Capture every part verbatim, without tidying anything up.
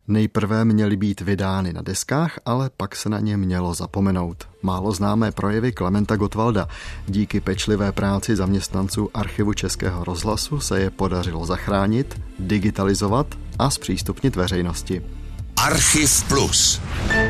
Nejprve měly být vydány na deskách, ale pak se na ně mělo zapomenout. Málo známé projevy Klementa Gottwalda. Díky pečlivé práci zaměstnanců Archivu Českého rozhlasu se je podařilo zachránit, digitalizovat a zpřístupnit veřejnosti. Archiv Plus.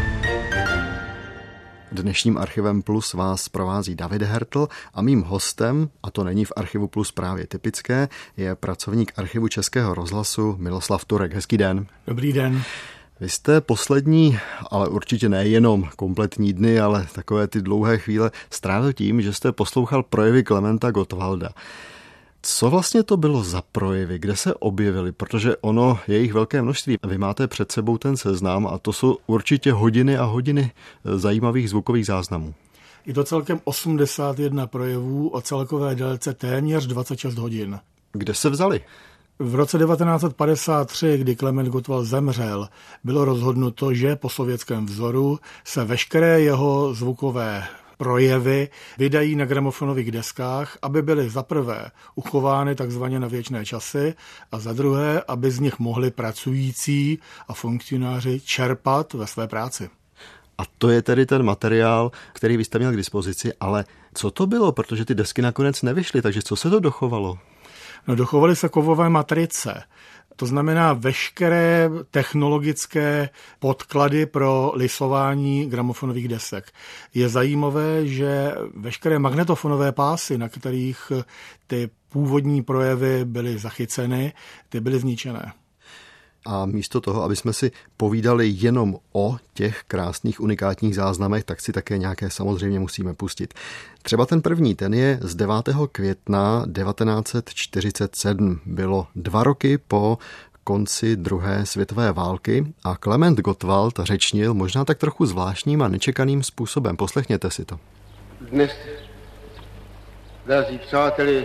Dnešním Archivem Plus vás provází David Hertl a mým hostem, a to není v Archivu Plus právě typické, je pracovník Archivu Českého rozhlasu Miloslav Turek. Hezký den. Dobrý den. Vy jste poslední, ale určitě nejenom kompletní dny, ale takové ty dlouhé chvíle strávil tím, že jste poslouchal projevy Klementa Gottwalda. Co vlastně to bylo za projevy? Kde se objevily? Protože ono je jich velké množství. Vy máte před sebou ten seznam a to jsou určitě hodiny a hodiny zajímavých zvukových záznamů. Je to celkem osmdesát jedna projevů o celkové délce téměř dvacet šest hodin. Kde se vzali? V roce devatenáct set padesát tři, kdy Klement Gottwald zemřel, bylo rozhodnuto, že po sovětském vzoru se veškeré jeho zvukové projevy vydají na gramofonových deskách, aby byly za prvé uchovány takzvaně na věčné časy a za druhé, aby z nich mohli pracující a funkcionáři čerpat ve své práci. A to je tedy ten materiál, který vy jste měl k dispozici, ale co to bylo, protože ty desky nakonec nevyšly, takže co se to dochovalo? No, dochovaly se kovové matrice. To znamená veškeré technologické podklady pro lisování gramofonových desek. Je zajímavé, že veškeré magnetofonové pásy, na kterých ty původní projevy byly zachyceny, ty byly zničené. A místo toho, aby jsme si povídali jenom o těch krásných unikátních záznamech, tak si také nějaké samozřejmě musíme pustit. Třeba ten první, ten je z devátého května devatenáct set čtyřicet sedm. Bylo dva roky po konci druhé světové války a Klement Gottwald řečnil možná tak trochu zvláštním a nečekaným způsobem. Poslechněte si to. Dnes, drazí přáteli,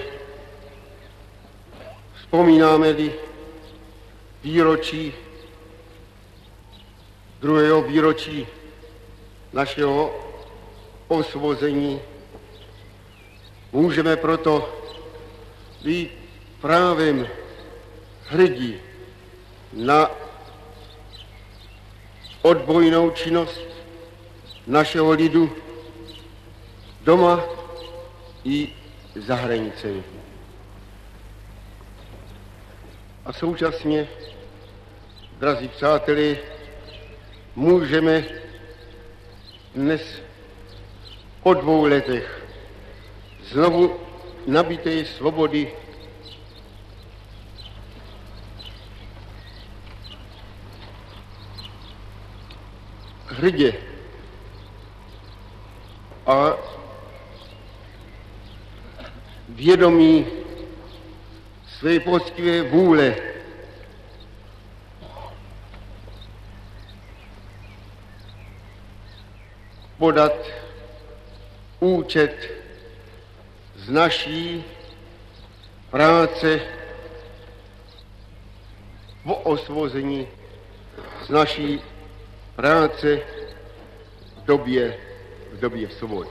vzpomínáme-li výročí, druhého výročí našeho osvobození. Můžeme proto být právem hrdí na odbojnou činnost našeho lidu doma i za hranicemi. A současně, drazí přáteli, můžeme dnes po dvou letech znovu nabité svobody hrdě a vědomí své poctivé vůle podat účet z naší práce v osvobození, z naší práce v době, v době svobody.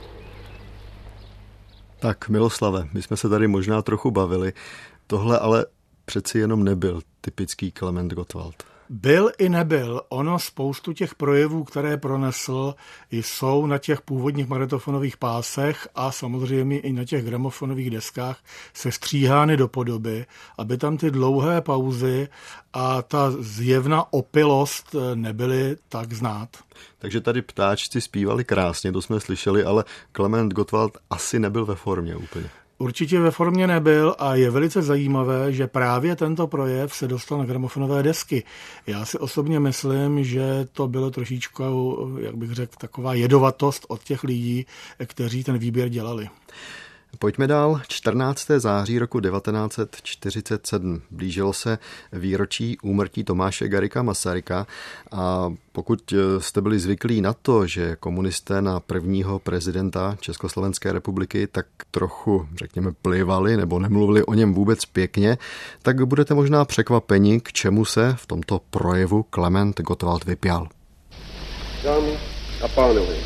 Tak, Miloslave, my jsme se tady možná trochu bavili. Tohle ale přeci jenom nebyl typický Klement Gottwald. Byl i nebyl. Ono spoustu těch projevů, které pronesl, jsou na těch původních magnetofonových pásech a samozřejmě i na těch gramofonových deskách sestříhány do podoby, aby tam ty dlouhé pauzy a ta zjevná opilost nebyly tak znát. Takže tady ptáčci zpívali krásně, to jsme slyšeli, ale Klement Gottwald asi nebyl ve formě úplně. Určitě ve formě nebyl a je velice zajímavé, že právě tento projev se dostal na gramofonové desky. Já si osobně myslím, že to bylo trošičku, jak bych řekl, taková jedovatost od těch lidí, kteří ten výběr dělali. Pojďme dál. čtrnáctého září roku devatenáct set čtyřicet sedm. Blížilo se výročí úmrtí Tomáše Garrigua Masaryka a pokud jste byli zvyklí na to, že komunisté na prvního prezidenta Československé republiky tak trochu, řekněme, plivali nebo nemluvili o něm vůbec pěkně, tak budete možná překvapeni, k čemu se v tomto projevu Klement Gottwald vypjal. Dámy a pánové,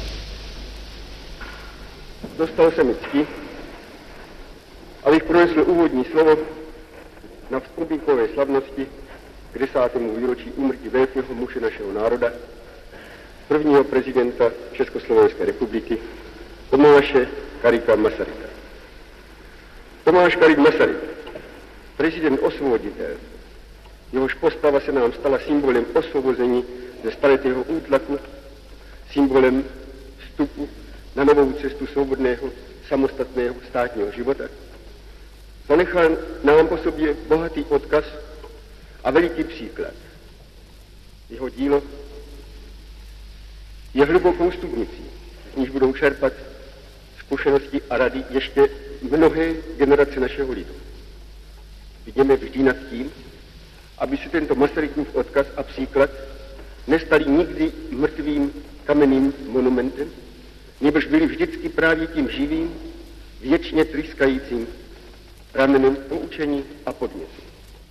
dostal se mi cti, abych pronesl úvodní slovo na vzpomínkové slavnosti k desátému výročí úmrtí velkého muže našeho národa, prvního prezidenta Československé republiky, Tomáše Garrigua Masaryka. Tomáš Garrigue Masaryk, prezident osvoboditel, jehož postava se nám stala symbolem osvobození ze staletého útlaku, symbolem vstupu na novou cestu svobodného, samostatného státního života, zanechal nám po sobě bohatý odkaz a veliký příklad. Jeho dílo je hlubokou studnicí, z níž budou čerpat zkušenosti a rady ještě mnohé generace našeho lidu. Vidíme vždy nad tím, aby se tento Masarykův odkaz a příklad nestali nikdy mrtvým kamenným monumentem, nebož byli vždycky právě tím živým, věčně tryskajícím pramenem poučení a podnětu.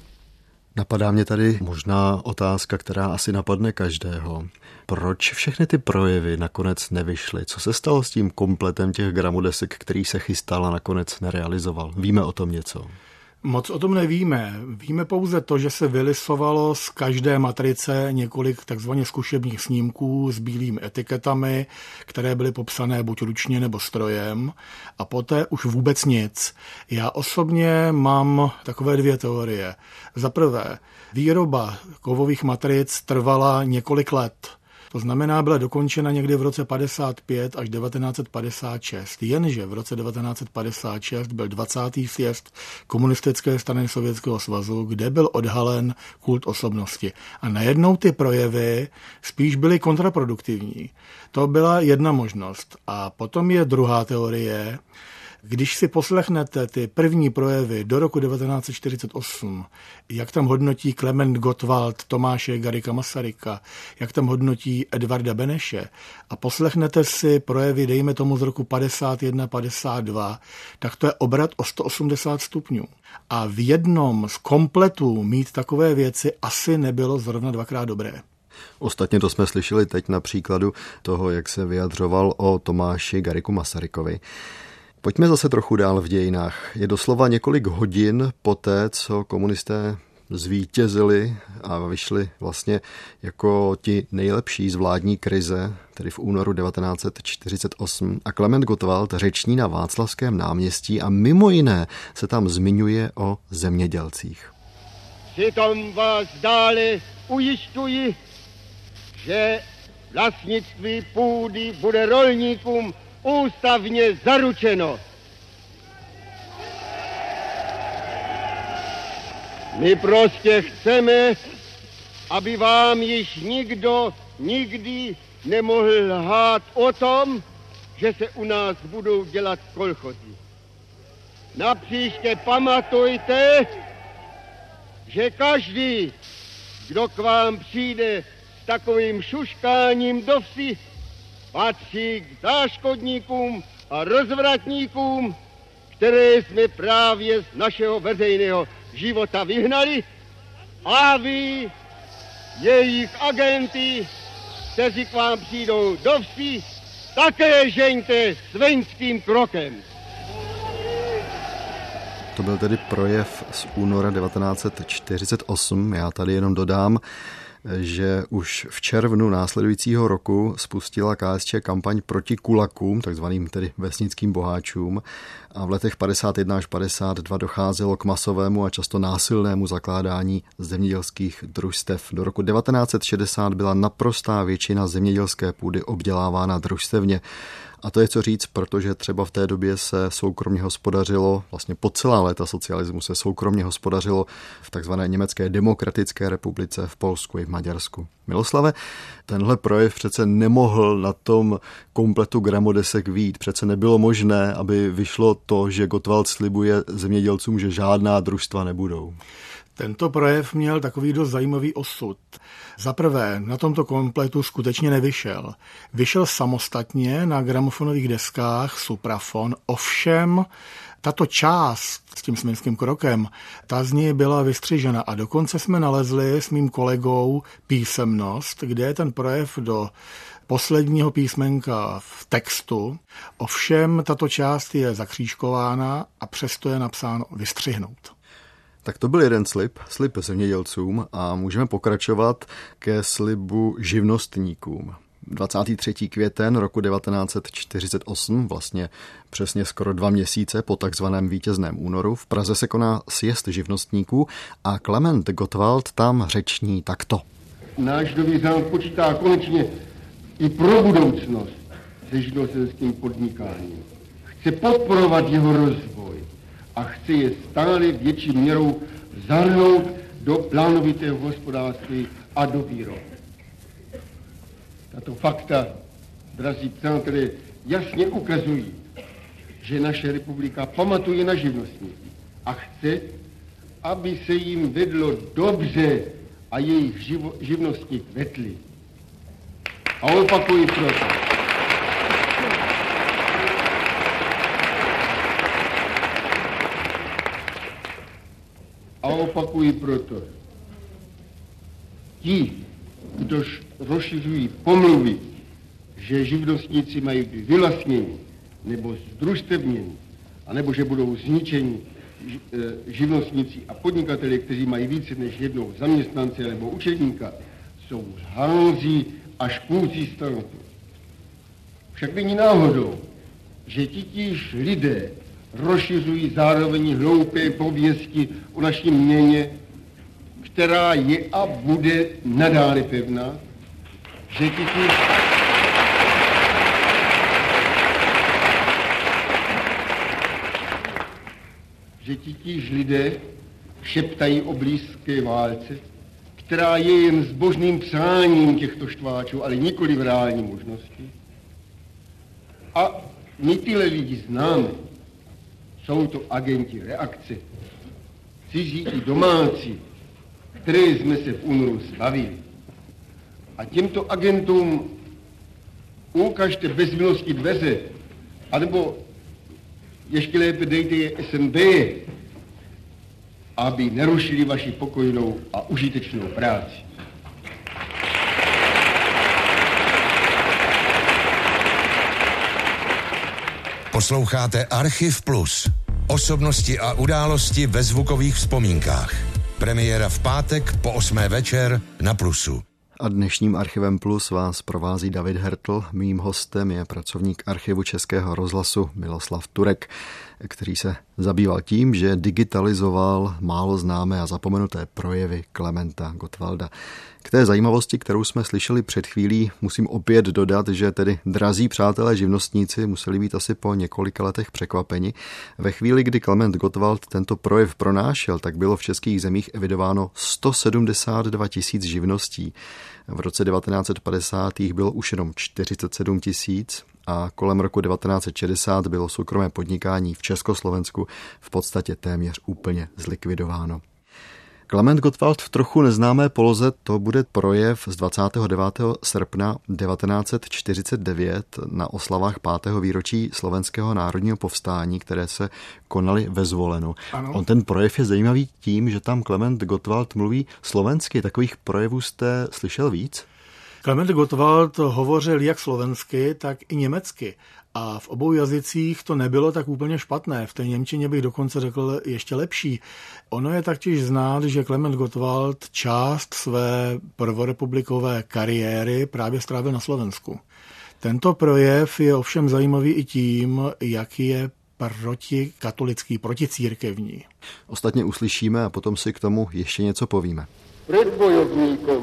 Napadá mě tady možná otázka, která asi napadne každého. Proč všechny ty projevy nakonec nevyšly? Co se stalo s tím kompletem těch gramodesek, který se chystal a nakonec nerealizoval? Víme o tom něco? Moc o tom nevíme. Víme pouze to, že se vylisovalo z každé matrice několik takzvaně zkušebních snímků s bílými etiketami, které byly popsané buď ručně nebo strojem, a poté už vůbec nic. Já osobně mám takové dvě teorie. Za prvé, výroba kovových matric trvala několik let. To znamená, byla dokončena někdy v roce padesát pět až devatenáct padesát šest. Jenže v roce devatenáct padesát šest byl dvacátý sjezd Komunistické strany Sovětského svazu, kde byl odhalen kult osobnosti. A najednou ty projevy spíš byly kontraproduktivní. To byla jedna možnost. A potom je druhá teorie. Když si poslechnete ty první projevy do roku devatenáct čtyřicet osm, jak tam hodnotí Klement Gottwald Tomáše Garrigua Masaryka, jak tam hodnotí Edvarda Beneše, a poslechnete si projevy, dejme tomu z roku padesát jedna padesát dva, tak to je obrat o sto osmdesát stupňů. A v jednom z kompletů mít takové věci asi nebylo zrovna dvakrát dobré. Ostatně to jsme slyšeli teď na příkladu toho, jak se vyjadřoval o Tomáši Garrigu Masarykovi. Pojďme zase trochu dál v dějinách. Je doslova několik hodin poté, co komunisté zvítězili a vyšli vlastně jako ti nejlepší z vládní krize, tedy v únoru devatenáct čtyřicet osm. A Klement Gottwald řeční na Václavském náměstí a mimo jiné se tam zmiňuje o zemědělcích. Přitom vás dále ujišťuji, že vlastnictví půdy bude rolníkům ústavně zaručeno. My prostě chceme, aby vám již nikdo nikdy nemohl lhát o tom, že se u nás budou dělat kolchozy. Napříště pamatujte, že každý, kdo k vám přijde s takovým šuškáním do vsi, patří k záškodníkům a rozvratníkům, které jsme právě z našeho veřejného života vyhnali, a vy, jejich agenty, kteří k vám přijdou do vsi, také žeňte svinským krokem. To byl tedy projev z února devatenáct čtyřicet osm. Já tady jenom dodám, že už v červnu následujícího roku spustila K S Č kampaň proti kulakům, takzvaným tedy vesnickým boháčům, a v letech padesát jedna až padesát dva docházelo k masovému a často násilnému zakládání zemědělských družstev. Do roku devatenáct šedesát byla naprostá většina zemědělské půdy obdělávána družstevně. A to je co říct, protože třeba v té době se soukromně hospodařilo, vlastně po celá léta socialismu se soukromně hospodařilo v takzvané Německé demokratické republice, v Polsku i v Maďarsku. Miloslave, tenhle projev přece nemohl na tom kompletu gramodesek vyjít. Přece nebylo možné, aby vyšlo to, že Gottwald slibuje zemědělcům, že žádná družstva nebudou. Tento projev měl takový dost zajímavý osud. Za prvé, na tomto kompletu skutečně nevyšel. Vyšel samostatně na gramofonových deskách Suprafon, ovšem tato část s tím sminským krokem, ta z něj byla vystřižena a dokonce jsme nalezli s mým kolegou písemnost, kde je ten projev do posledního písmenka v textu, ovšem tato část je zakřížkována a přesto je napsáno vystřihnout. Tak to byl jeden slib, slib zemědělcům a můžeme pokračovat ke slibu živnostníkům. dvacátého třetího května roku devatenáct set čtyřicet osm, vlastně přesně skoro dva měsíce po takzvaném vítězném únoru, v Praze se koná sjezd živnostníků a Klement Gottwald tam řeční takto. Náš nový zámek počítá konečně i pro budoucnost se živnostenským podnikáním. Chce podporovat jeho rozvoj a chce je stále větší měrou zahrnout do plánovitého hospodářství a do výroby. Tato fakta, drazí přátelé, jasně ukazují, že naše republika pamatuje na živnostníky a chce, aby se jim vedlo dobře a jejich živo, živnosti kvetly. A opakuji proto. A opakuji proto. Ti, kdož rozšiřují pomluvy, že živnostníci mají být vylastněni nebo združstevněni, anebo že budou zničeni živnostníci a podnikatelé, kteří mají více než jednou zaměstnance nebo učedníka, jsou hanzí a škůlci státu. Však není náhodou, že titíž lidé rozšiřují zároveň hloupé pověsti o naší měně, která je a bude nadále pevná, že titíž... že titíž lidé šeptají o blízké válce, která je jen zbožným přáním těchto štváčů, ale nikoli v reální možnosti. A my tyhle lidi známe. Jsou to agenti reakce, cizí i domácí, které jsme se v únoru zbavili. A těmto agentům ukažte bez milosti dveře, anebo ještě lépe dejte je S N B, aby nerušili vaši pokojnou a užitečnou práci. Posloucháte Archiv Plus. Osobnosti a události ve zvukových vzpomínkách. Premiéra v pátek po osmé večer na Plusu. A dnešním Archivem Plus vás provází David Hertl. Mým hostem je pracovník archivu Českého rozhlasu Miloslav Turek, který se zabýval tím, že digitalizoval málo známé a zapomenuté projevy Klementa Gottwalda. K té zajímavosti, kterou jsme slyšeli před chvílí, musím opět dodat, že tedy drazí přátelé živnostníci museli být asi po několika letech překvapeni. Ve chvíli, kdy Klement Gottwald tento projev pronášel, tak bylo v českých zemích evidováno sto sedmdesát dva tisíc živností. V roce devatenáct set padesát jich bylo už jenom čtyřicet sedm tisíc a kolem roku devatenáct set šedesát bylo soukromé podnikání v Československu v podstatě téměř úplně zlikvidováno. Klement Gottwald v trochu neznámé poloze, to bude projev z dvacátého devátého srpna devatenáct set čtyřicet devět na oslavách pátého výročí Slovenského národního povstání, které se konaly ve Zvolenu. Ano. On ten projev je zajímavý tím, že tam Klement Gottwald mluví slovensky. Takových projevů jste slyšel víc? Klement Gottwald hovořil jak slovensky, tak i německy. A v obou jazycích to nebylo tak úplně špatné. V té němčině bych dokonce řekl ještě lepší. Ono je taktiž znát, že Klement Gottwald část své prvorepublikové kariéry právě strávil na Slovensku. Tento projev je ovšem zajímavý i tím, jaký je protikatolický, proticírkevní. Ostatně uslyšíme a potom si k tomu ještě něco povíme. Před bojovníkom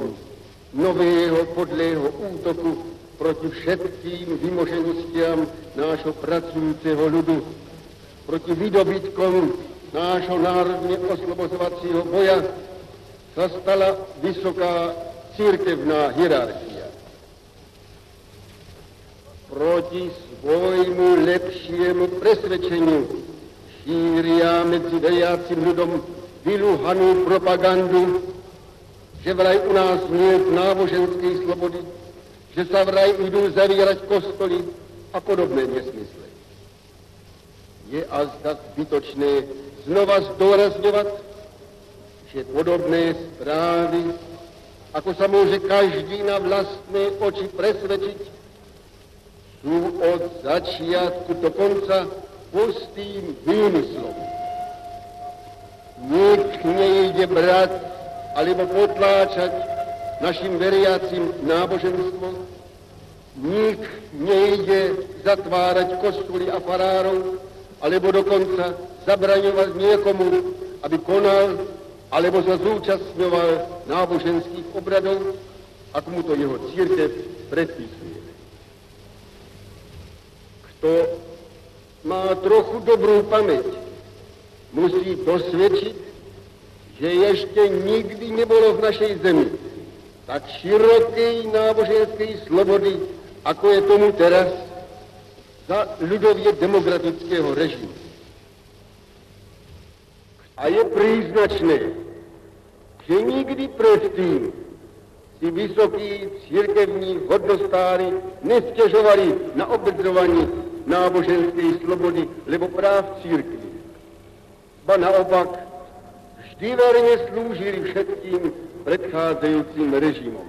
nového podlého útoku proti všetkým vymoženostiam nášho pracujúceho ľudu, proti výdobytkom nášho národne oslobozovacího boja sa stala vysoká církevná hierarchia. Proti svojmu lepšiemu presvedčeniu šíria medzi veriacim ľudom vyluhanú propagandu, že vraj u nás nie je náboženskej slobody, že sa vraj idú zavírať kostoly a podobné nesmysly. Je azda zbytočné znova zdôrazňovať, že podobné správy, ako sa môže každý na vlastné oči presvedčiť, sú od začiatku do konca pustým výmyslom. Nik nejde brát alebo potláčať našim veriacim náboženstvo. Nik nejde zatvárať kostoly a farárov, alebo dokonca zabraňovať niekomu, aby konal alebo sa zúčastňoval náboženských obradov, ako mu to jeho církev predpisuje. Kto má trochu dobrú pamäť, musí dosvedčiť, že ešte nikdy nebolo v našej zemi tak širokej náboženskej slobody, ako je tomu teraz za ľudovie demokratického režimu. A je príznačné, že nikdy predtým si vysokí cirkevní hodnostári nestiežovali na obmedzovanie náboženskej slobody, lebo práv církvi. Ba naopak, vždy verne slúžili všetkým predchádzajúcim režimom.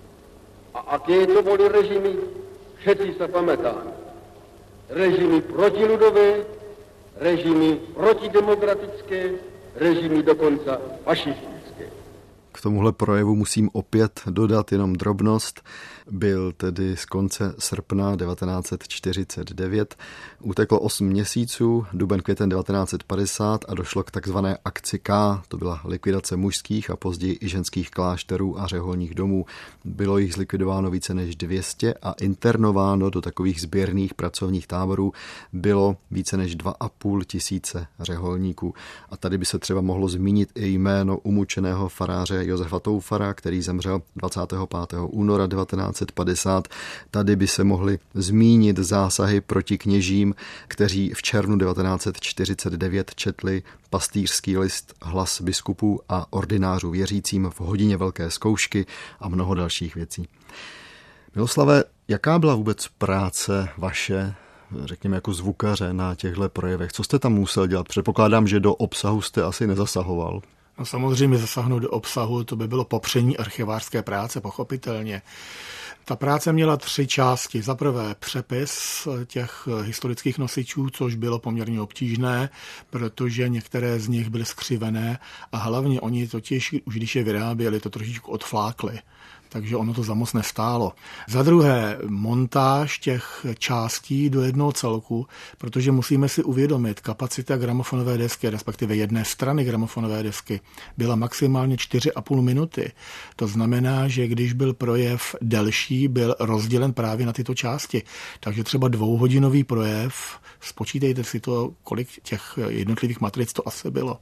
A aké to boli režimy, všetci sa pamätáme. Režimy protiľudové, režimy protidemokratické, režimy dokonca fašistické. K tomuhle projevu musím opět dodat jenom drobnost. Byl tedy z konce srpna devatenáct set čtyřicet devět. Uteklo osm měsíců, duben, květen devatenáct set padesát a došlo k takzvané akci K. To byla likvidace mužských a později i ženských klášterů a řeholních domů. Bylo jich zlikvidováno více než dvě stě a internováno do takových sběrných pracovních táborů bylo více než dva a půl tisíce řeholníků. A tady by se třeba mohlo zmínit i jméno umučeného faráře Josefa Toufara, který zemřel dvacátého pátého února devatenáct set padesát. Tady by se mohly zmínit zásahy proti kněžím, kteří v červnu devatenáct set čtyřicet devět četli pastýřský list Hlas biskupů a ordinářů věřícím v hodině velké zkoušky a mnoho dalších věcí. Miloslave, jaká byla vůbec práce vaše, řekněme jako zvukaře, na těchto projevech? Co jste tam musel dělat? Předpokládám, že do obsahu jste asi nezasahoval. No samozřejmě zasáhnout do obsahu, to by bylo popření archivářské práce, pochopitelně. Ta práce měla tři části. Za prvé přepis těch historických nosičů, což bylo poměrně obtížné, protože některé z nich byly skřivené a hlavně oni totiž, už když je vyráběli, to trošičku odflákli. Takže ono to za moc nestálo. Za druhé, montáž těch částí do jednoho celku, protože musíme si uvědomit, kapacita gramofonové desky, respektive jedné strany gramofonové desky, byla maximálně čtyři a půl minuty. To znamená, že když byl projev delší, byl rozdělen právě na tyto části. Takže třeba dvouhodinový projev, spočítejte si to, kolik těch jednotlivých matric to asi bylo.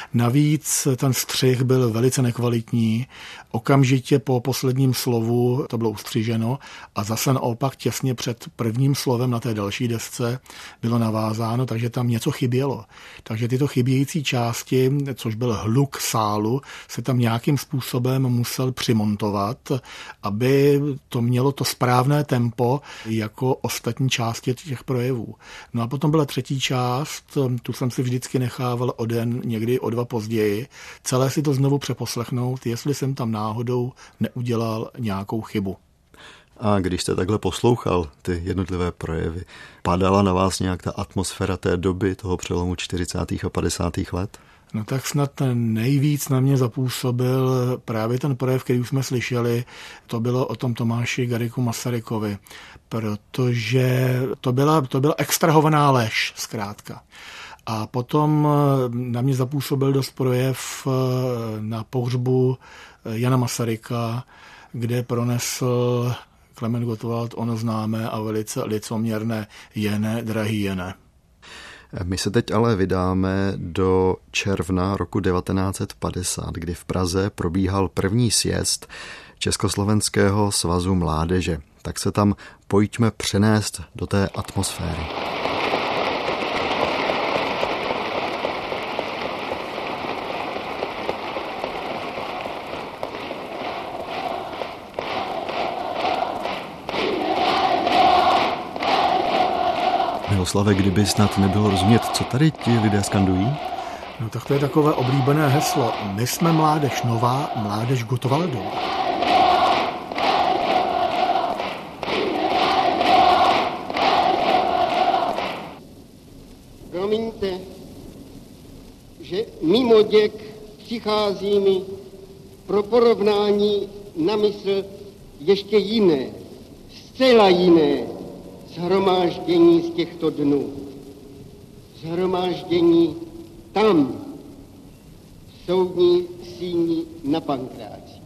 Navíc ten střih byl velice nekvalitní. Okamžitě po posledním slovu to bylo ustřiženo a zase naopak těsně před prvním slovem na té další desce bylo navázáno, takže tam něco chybělo. Takže tyto chybějící části, což byl hluk sálu, se tam nějakým způsobem musel přimontovat, aby to mělo to správné tempo jako ostatní části těch projevů. No a potom byla třetí část, tu jsem si vždycky nechával o den, někdy o dva později, celé si to znovu přeposlechnout, jestli jsem tam náhodou neudělal nějakou chybu. A když jste takhle poslouchal ty jednotlivé projevy, padala na vás nějak ta atmosféra té doby, toho přelomu čtyřicátých a padesátých let? No tak snad nejvíc na mě zapůsobil právě ten projev, který už jsme slyšeli, to bylo o tom Tomáši Garrigu Masarykovi, protože to byla, to byla extrahovaná lež zkrátka. A potom na mě zapůsobil dost projev na pohřbu Jana Masaryka, kde pronesl Klement Gottwald ono známé a velice licoměrné Jene, drahý Jene. My se teď ale vydáme do června roku devatenáct set padesát, kdy v Praze probíhal první sjezd Československého svazu mládeže. Tak se tam pojďme přenést do té atmosféry. Miloslave, kdyby snad nebylo rozumět, co tady ti lidé skandují? No tak to je takové oblíbené heslo. My jsme mládež nová, mládež Gottwaldová. Promiňte, že mimo oděk přichází mi pro porovnání na mysl ještě jiné, zcela jiné shromáždění z těchto dnů. Shromáždění tam, v soudní síni na Pankráci.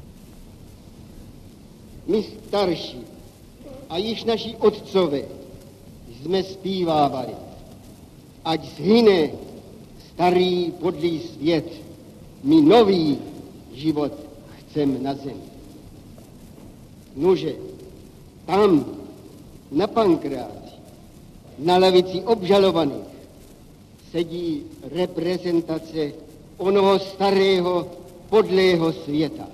My starší a již naši otcové jsme zpívávali, ať zhyne starý podlý svět, my nový život chcem na zemi. Nože, tam, na Pankráci, na lavici obžalovaných, sedí reprezentace onoho starého podlého světa.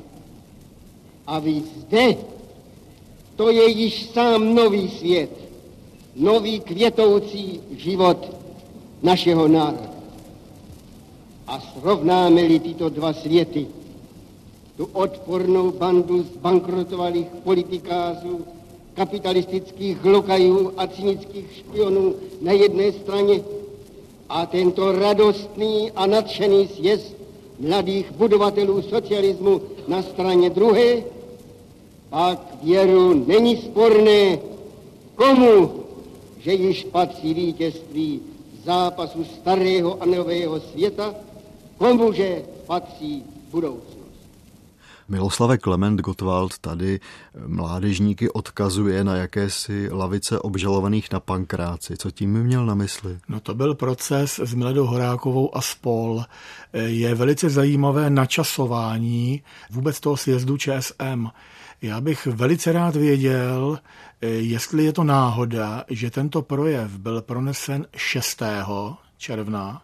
A víc zde, to je již sám nový svět, nový květoucí život našeho národa. A srovnáme-li tyto dva světy, tu odpornou bandu zbankrotovalých politikářů, kapitalistických lokajů a cynických špionů na jedné straně a tento radostný a nadšený sjezd mladých budovatelů socialismu na straně druhé, pak věru není sporné, komu, že již patří vítězství zápasu starého a nového světa, komuže patří budoucnost. Miloslave, Klement Gottwald tady mládežníky odkazuje na jakési lavice obžalovaných na Pankráci. Co tím měl na mysli? No to byl proces s Miladou Horákovou a spol. Je velice zajímavé načasování vůbec toho sjezdu ČSM. Já bych velice rád věděl, jestli je to náhoda, že tento projev byl pronesen šestého června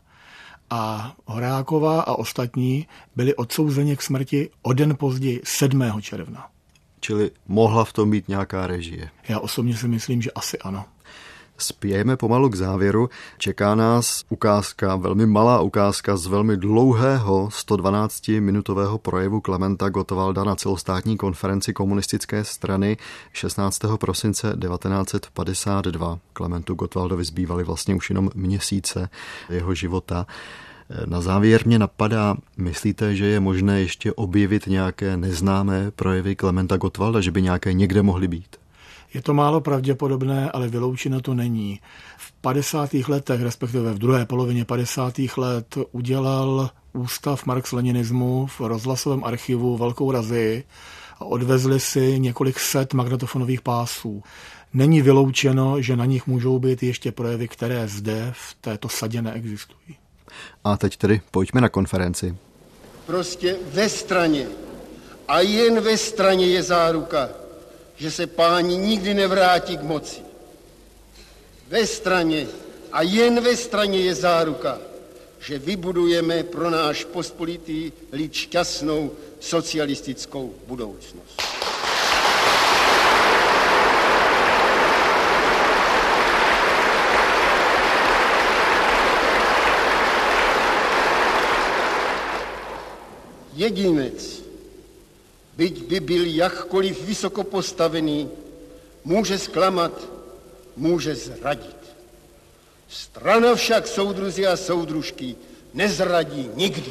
a Horáková a ostatní byli odsouzeni k smrti o den později, sedmého června. Čili mohla v tom být nějaká režie? Já osobně si myslím, že asi ano. Spějeme pomalu k závěru. Čeká nás ukázka, velmi malá ukázka z velmi dlouhého sto dvanáctiminutového projevu Klementa Gottwalda na celostátní konferenci komunistické strany šestnáctého prosince devatenáct set padesát dva. Klementu Gottwaldovi zbývaly vlastně už jenom měsíce jeho života. Na závěr mě napadá, myslíte, že je možné ještě objevit nějaké neznámé projevy Klementa Gottwalda, že by nějaké někde mohly být? Je to málo pravděpodobné, ale vyloučeno to není. V padesátých letech, respektive v druhé polovině padesátých let, udělal Ústav marx-leninismu v rozhlasovém archivu velkou razii a odvezli si několik set magnetofonových pásů. Není vyloučeno, že na nich můžou být ještě projevy, které zde v této sadě neexistují. A teď tedy pojďme na konferenci. Prostě ve straně a jen ve straně je záruka, že se páni nikdy nevrátí k moci. Ve straně a jen ve straně je záruka, že vybudujeme pro náš pospolitý lid šťastnou socialistickou budoucnost. Jedinec, byť by byl jakkoliv vysoko postavený, může zklamat, může zradit. Strana však, soudruzi a soudružky, nezradí nikdy.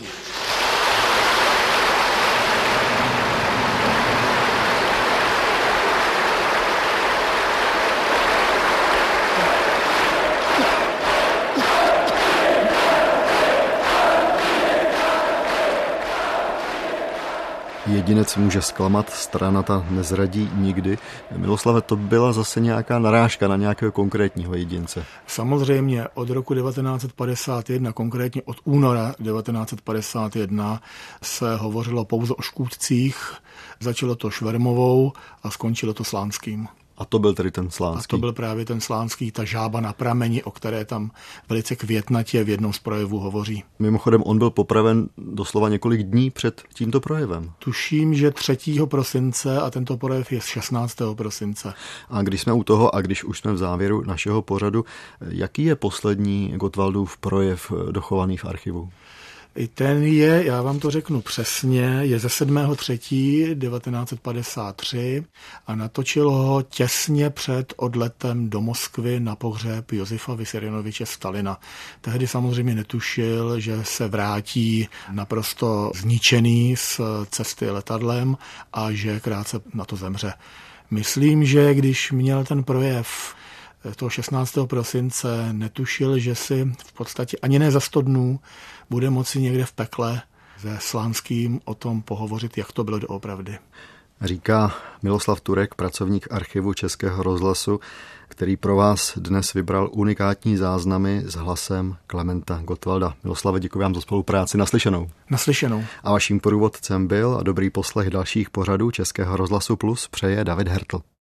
Jedinec může zklamat, strana ta nezradí nikdy. Miloslave, to byla zase nějaká narážka na nějakého konkrétního jedince. Samozřejmě od roku devatenáct set padesát jedna, konkrétně od února devatenáct set padesát jedna, se hovořilo pouze o škůdcích. Začalo to Švermovou a skončilo to Slánským. A to byl tedy ten Slánský. A to byl právě ten Slánský, ta žába na prameni, o které tam velice květnatě v jednom z projevů hovoří. Mimochodem, on byl popraven doslova několik dní před tímto projevem. Tuším, že třetího prosince a tento projev je z šestnáctého prosince. A když jsme u toho a když už jsme v závěru našeho pořadu, jaký je poslední Gottwaldův projev dochovaný v archivu? I ten je, já vám to řeknu přesně, je ze sedmého třetího devatenáct set padesát tři a natočil ho těsně před odletem do Moskvy na pohřeb Josefa Vissarionoviče Stalina. Tehdy samozřejmě netušil, že se vrátí naprosto zničený z cesty letadlem a že krátce na to zemře. Myslím, že když měl ten projev toho šestnáctého prosince, netušil, že si v podstatě ani ne za sto dnů bude moci někde v pekle se Slánským o tom pohovořit, jak to bylo doopravdy. Říká Miloslav Turek, pracovník archivu Českého rozhlasu, který pro vás dnes vybral unikátní záznamy s hlasem Klementa Gottwalda. Miloslave, děkuji vám za spolupráci. Naslyšenou. Naslyšenou. A vaším průvodcem byl a dobrý poslech dalších pořadů Českého rozhlasu Plus přeje David Hertl.